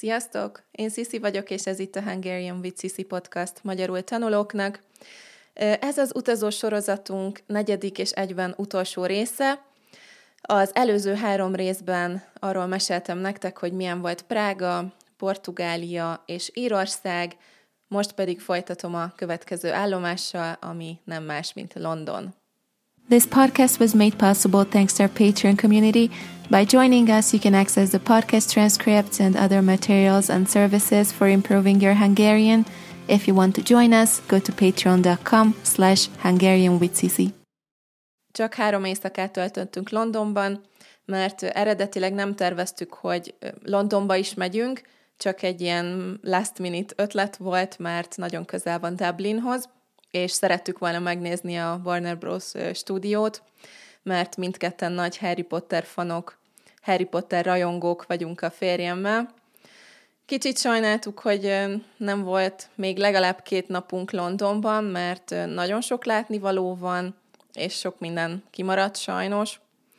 Sziasztok! Én Sziszi vagyok, és ez itt a Hungarian with Sissi podcast magyarul tanulóknak. Ez az utazó sorozatunk 4. és egyben utolsó része. Az előző 3 részben arról meséltem nektek, hogy milyen volt Prága, Portugália és Írország, most pedig folytatom a következő állomással, ami nem más, mint London. This podcast was made possible thanks to our Patreon community. By joining us, you can access the podcast transcripts and other materials and services for improving your Hungarian. If you want to join us, go to patreon.com/HungarianWithSissi. Csak 3 éjszakát töltöttünk Londonban, mert eredetileg nem terveztük, hogy Londonba is megyünk, csak egy ilyen last minute ötlet volt, mert nagyon közel van Dublinhoz, és szerettük volna megnézni a Warner Bros. Stúdiót, mert mindketten nagy Harry Potter fanok, Harry Potter rajongók vagyunk a férjemmel. Kicsit sajnáltuk, hogy nem volt még legalább 2 napunk Londonban, mert nagyon sok látnivaló van, és sok minden kimaradt sajnos.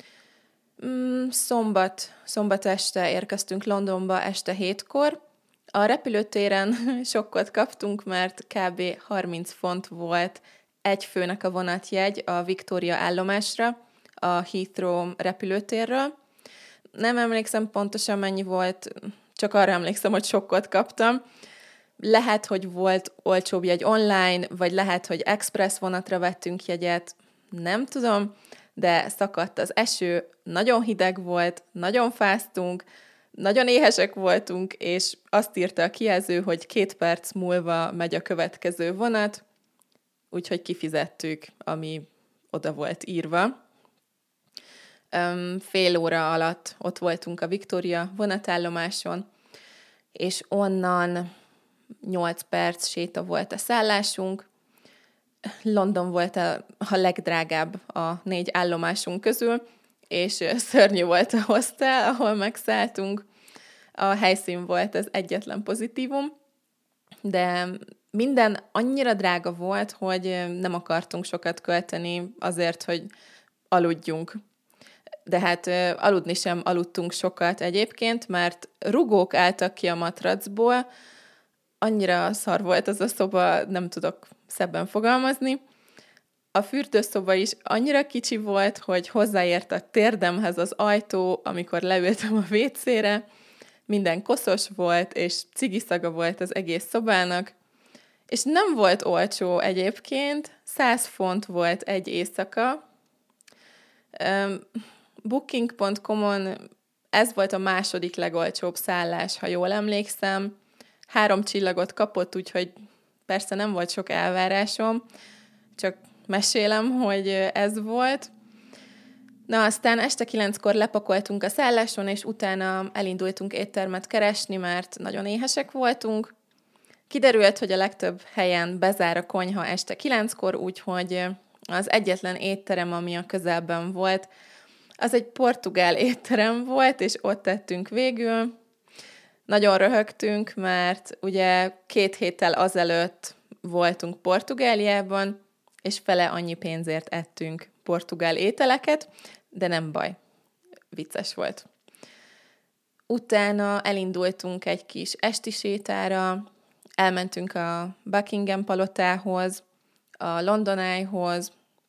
Szombat este érkeztünk Londonba este 7-kor. A repülőtéren sokkot kaptunk, mert kb. 30 font volt egy főnek a vonatjegy a Victoria állomásra, a Heathrow repülőtérről. Nem emlékszem pontosan mennyi volt, csak arra emlékszem, hogy sokkot kaptam. Lehet, hogy volt olcsóbb jegy online, vagy lehet, hogy express vonatra vettünk jegyet, nem tudom, de szakadt az eső, nagyon hideg volt, nagyon fáztunk, nagyon éhesek voltunk, és azt írta a kijelző, hogy 2 perc múlva megy a következő vonat, úgyhogy kifizettük, ami oda volt írva. Fél óra alatt ott voltunk a Victoria vonatállomáson, és onnan 8 perc séta volt a szállásunk. London volt a legdrágább a 4 állomásunk közül, és szörnyű volt a hostel, ahol megszálltunk. A helyszín volt az egyetlen pozitívum, de minden annyira drága volt, hogy nem akartunk sokat költeni azért, hogy aludjunk. De hát aludni sem aludtunk sokat egyébként, mert rugók álltak ki a matracból, annyira szar volt az a szoba, nem tudok szebben fogalmazni. A fürdőszoba is annyira kicsi volt, hogy hozzáért a térdemhez az ajtó, amikor leültem a WC-re. Minden koszos volt, és cigiszaga volt az egész szobának. És nem volt olcsó egyébként, 100 font volt egy éjszaka. Booking.com-on ez volt a második legolcsóbb szállás, ha jól emlékszem. 3 csillagot kapott, úgyhogy persze nem volt sok elvárásom, csak mesélem, hogy ez volt. Na, aztán este 9-kor lepakoltunk a szálláson, és utána elindultunk éttermet keresni, mert nagyon éhesek voltunk. Kiderült, hogy a legtöbb helyen bezár a konyha este 9-kor, úgyhogy az egyetlen étterem, ami a közelben volt, az egy portugál étterem volt, és ott tettünk végül. Nagyon röhögtünk, mert ugye 2 héttel azelőtt voltunk Portugáliában, és fele annyi pénzért ettünk portugál ételeket, de nem baj, vicces volt. Utána elindultunk egy kis esti sétára, elmentünk a Buckingham palotához, a London Eye-hoz,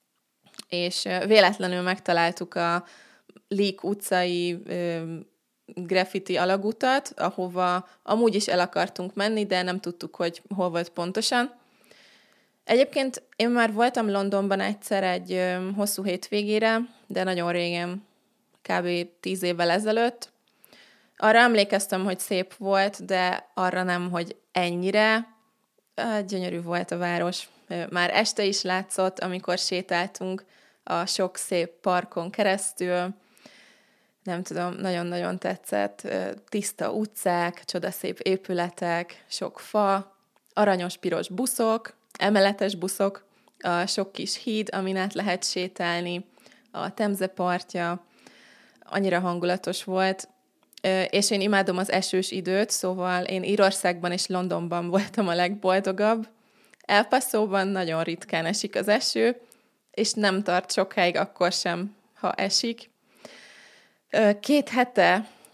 és véletlenül megtaláltuk a Leek utcai graffiti alagutat, ahova amúgy is el akartunk menni, de nem tudtuk, hogy hol volt pontosan. Egyébként én már voltam Londonban egyszer egy hosszú hétvégére, de nagyon régen, kb. 10 évvel ezelőtt. Arra emlékeztem, hogy szép volt, de arra nem, hogy ennyire. Gyönyörű volt a város. Már este is látszott, amikor sétáltunk a sok szép parkon keresztül. Nem tudom, nagyon-nagyon tetszett. Tiszta utcák, csodaszép épületek, sok fa, aranyos-piros buszok, emeletes buszok, a sok kis híd, amin át lehet sétálni, a Temze partja, annyira hangulatos volt, és én imádom az esős időt, szóval én Írországban és Londonban voltam a legboldogabb. El Paso-ban nagyon ritkán esik az eső, és nem tart sokáig akkor sem, ha esik. 2 hete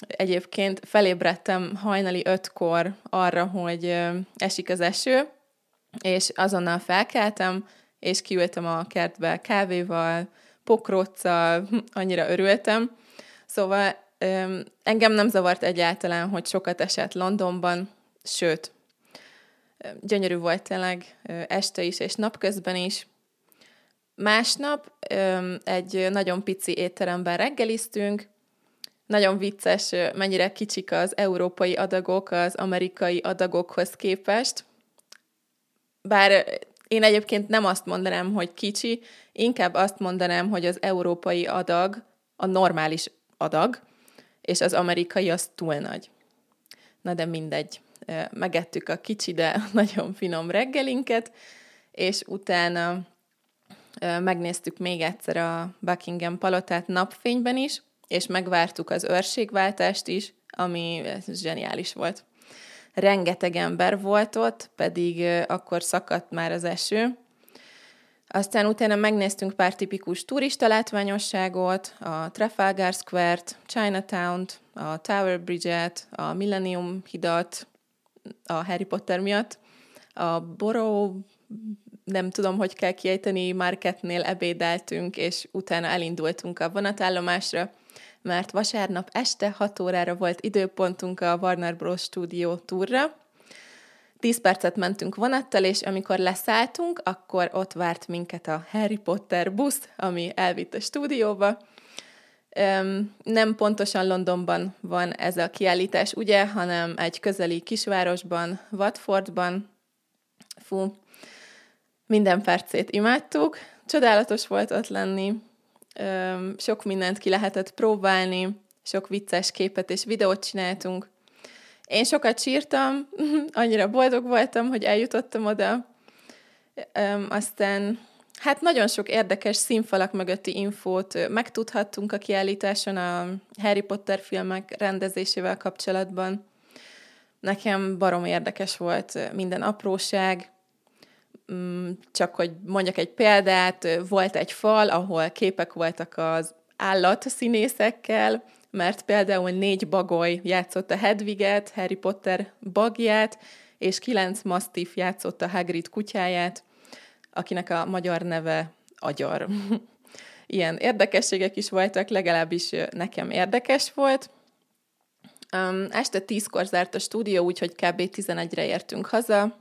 Egyébként felébredtem hajnali 5-kor arra, hogy esik az eső, és azonnal felkeltem, és kiültem a kertbe kávéval, pokróccal, annyira örültem. Szóval engem nem zavart egyáltalán, hogy sokat esett Londonban, sőt, gyönyörű volt tényleg este is, és napközben is. Másnap egy nagyon pici étteremben reggeliztünk, nagyon vicces, mennyire kicsik az európai adagok az amerikai adagokhoz képest. Bár én egyébként nem azt mondanám, hogy kicsi, inkább azt mondanám, hogy az európai adag a normális adag, és az amerikai az túl nagy. Na de mindegy. Megettük a kicsi, de nagyon finom reggelinket, és utána megnéztük még egyszer a Buckingham palotát napfényben is, és megvártuk az őrségváltást is, ami zseniális volt. Rengeteg ember volt ott, pedig akkor szakadt már az eső. Aztán utána megnéztünk pár tipikus turista látványosságot, a Trafalgar Square-t, Chinatown-t, a Tower Bridge-et, a Millennium hidat, a Harry Potter miatt, a Borough, nem tudom, hogy kell kiejteni, Marketnél ebédeltünk, és utána elindultunk a vonatállomásra, mert vasárnap este 6 órára volt időpontunk a Warner Bros. Studio túrra. 10 percet mentünk vonattal, és amikor leszálltunk, akkor ott várt minket a Harry Potter busz, ami elvitt a stúdióba. Nem pontosan Londonban van ez a kiállítás, ugye, hanem egy közeli kisvárosban, Watfordban. Minden percét imádtuk. Csodálatos volt ott lenni. Sok mindent ki lehetett próbálni, sok vicces képet és videót csináltunk. Én sokat sírtam, annyira boldog voltam, hogy eljutottam oda. Aztán hát nagyon sok érdekes színfalak mögötti infót megtudhattunk a kiállításon a Harry Potter filmek rendezésével kapcsolatban. Nekem barom érdekes volt minden apróság. Csak hogy mondjak egy példát, volt egy fal, ahol képek voltak az állatszínészekkel, mert például 4 bagoly játszotta Hedviget, Harry Potter bagját, és 9 masztiff játszotta Hagrid kutyáját, akinek a magyar neve Agyar. Ilyen érdekességek is voltak, legalábbis nekem érdekes volt. Este 10-kor zárt a stúdió, úgyhogy kb. 11-re értünk haza.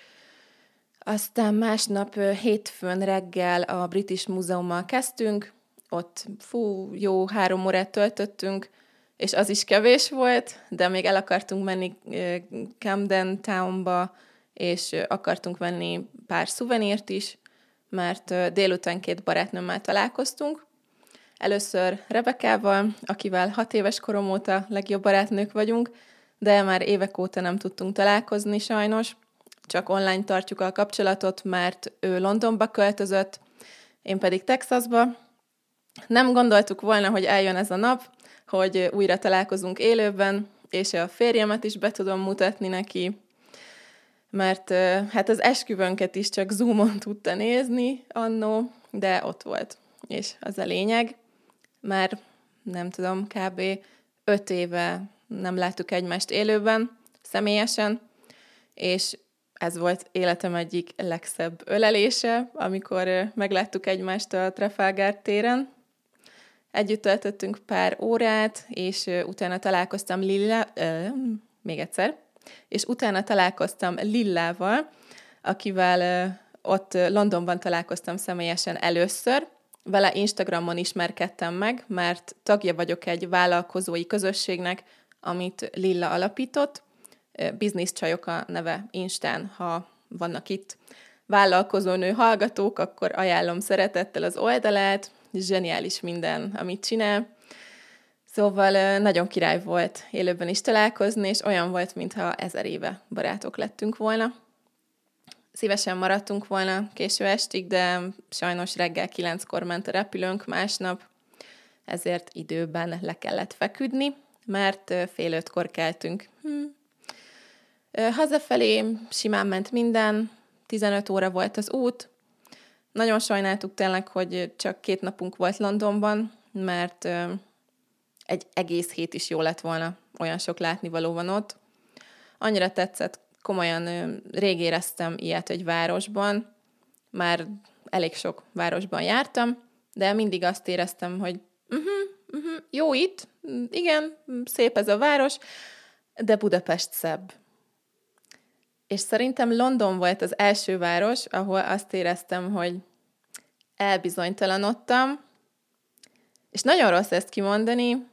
Aztán másnap hétfőn reggel a British Múzeummal kezdtünk, ott jó 3 órát töltöttünk, és az is kevés volt, de még el akartunk menni Camden Townba, és akartunk venni pár szuvenírt is, mert délután 2 barátnőmmel találkoztunk. Először Rebekával, akivel 6 éves korom óta legjobb barátnők vagyunk, de már évek óta nem tudtunk találkozni sajnos, csak online tartjuk a kapcsolatot, mert ő Londonba költözött, én pedig Texasba. Nem gondoltuk volna, hogy eljön ez a nap, hogy újra találkozunk élőben, és a férjemet is be tudom mutatni neki, mert hát az esküvőnket is csak Zoomon tudta nézni annó, de ott volt, és az a lényeg. Már nem tudom, kb. 5 éve nem láttuk egymást élőben, személyesen, és ez volt életem egyik legszebb ölelése, amikor megláttuk egymást a Trafalgar téren. Együtt töltöttünk pár órát, és utána találkoztam Lillával, akivel ott Londonban találkoztam személyesen először. Vele Instagramon ismerkedtem meg, mert tagja vagyok egy vállalkozói közösségnek, amit Lilla alapított. Business Csajok a neve Instán, ha vannak itt vállalkozónő hallgatók, akkor ajánlom szeretettel az oldalát, zseniális minden, amit csinál. Szóval nagyon király volt élőben is találkozni, és olyan volt, mintha 1000 éve barátok lettünk volna. Szívesen maradtunk volna késő estig, de sajnos reggel 9-kor ment a repülőnk másnap, ezért időben le kellett feküdni, mert 4:30-kor keltünk. Hazafelé simán ment minden, 15 óra volt az út. Nagyon sajnáltuk tényleg, hogy csak 2 napunk volt Londonban, mert egy egész hét is jó lett volna, olyan sok látnivaló van ott. Annyira tetszett, komolyan rég éreztem ilyet egy városban, már elég sok városban jártam, de mindig azt éreztem, hogy jó itt, igen, szép ez a város, de Budapest szebb. És szerintem London volt az első város, ahol azt éreztem, hogy elbizonytalanodtam, és nagyon rossz ezt kimondani,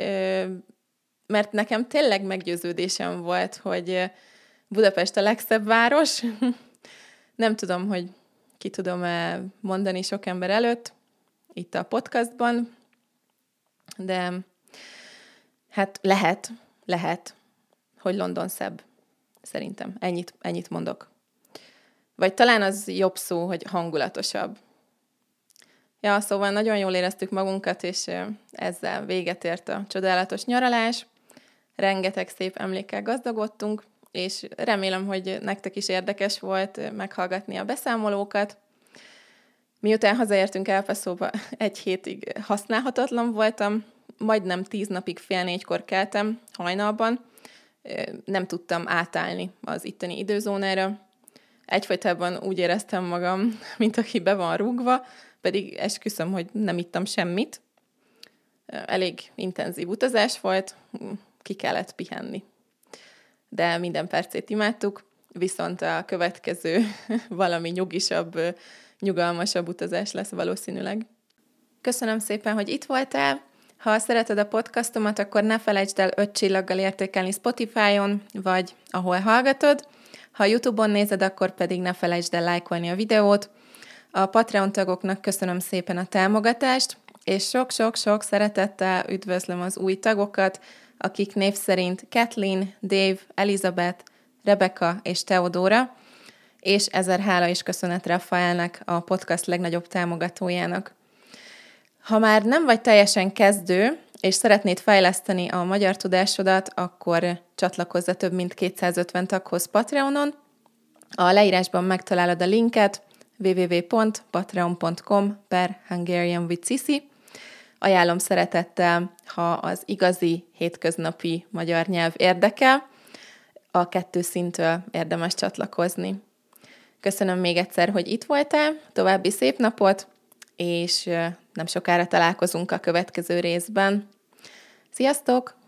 mert nekem tényleg meggyőződésem volt, hogy Budapest a legszebb város. Nem tudom, hogy ki tudom-e mondani sok ember előtt, itt a podcastban, de hát lehet, hogy London szebb. Szerintem. Ennyit mondok. Vagy talán az jobb szó, hogy hangulatosabb. Ja, szóval nagyon jól éreztük magunkat, és ezzel véget ért a csodálatos nyaralás. Rengeteg szép emlékkel gazdagodtunk, és remélem, hogy nektek is érdekes volt meghallgatni a beszámolókat. Miután hazaértünk El Pasóba, egy hétig használhatatlan voltam, majdnem 10 napig 3:30 keltem hajnalban, nem tudtam átállni az itteni időzónára. Egyfajtában úgy éreztem magam, mint aki be van rúgva, pedig esküszöm, hogy nem ittam semmit. Elég intenzív utazás volt, ki kellett pihenni. De minden percét imádtuk, viszont a következő valami nyugisabb, nyugalmasabb utazás lesz valószínűleg. Köszönöm szépen, hogy itt voltál. Ha szereted a podcastomat, akkor ne felejtsd el 5 csillaggal értékelni Spotify-on, vagy ahol hallgatod. Ha YouTube-on nézed, akkor pedig ne felejtsd el lájkolni a videót. A Patreon tagoknak köszönöm szépen a támogatást, és sok-sok-sok szeretettel üdvözlöm az új tagokat, akik név szerint Kathleen, Dave, Elizabeth, Rebecca és Teodóra, és 1000 hála és köszönet Rafaelnek, a podcast legnagyobb támogatójának. Ha már nem vagy teljesen kezdő, és szeretnéd fejleszteni a magyar tudásodat, akkor csatlakozz a több mint 250 taghoz Patreonon. A leírásban megtalálod a linket www.patreon.com/hungarianwithsisi. Ajánlom szeretettel, ha az igazi hétköznapi magyar nyelv érdekel, a 2 szinttől érdemes csatlakozni. Köszönöm még egyszer, hogy itt voltál, további szép napot, és nem sokára találkozunk a következő részben. Sziasztok!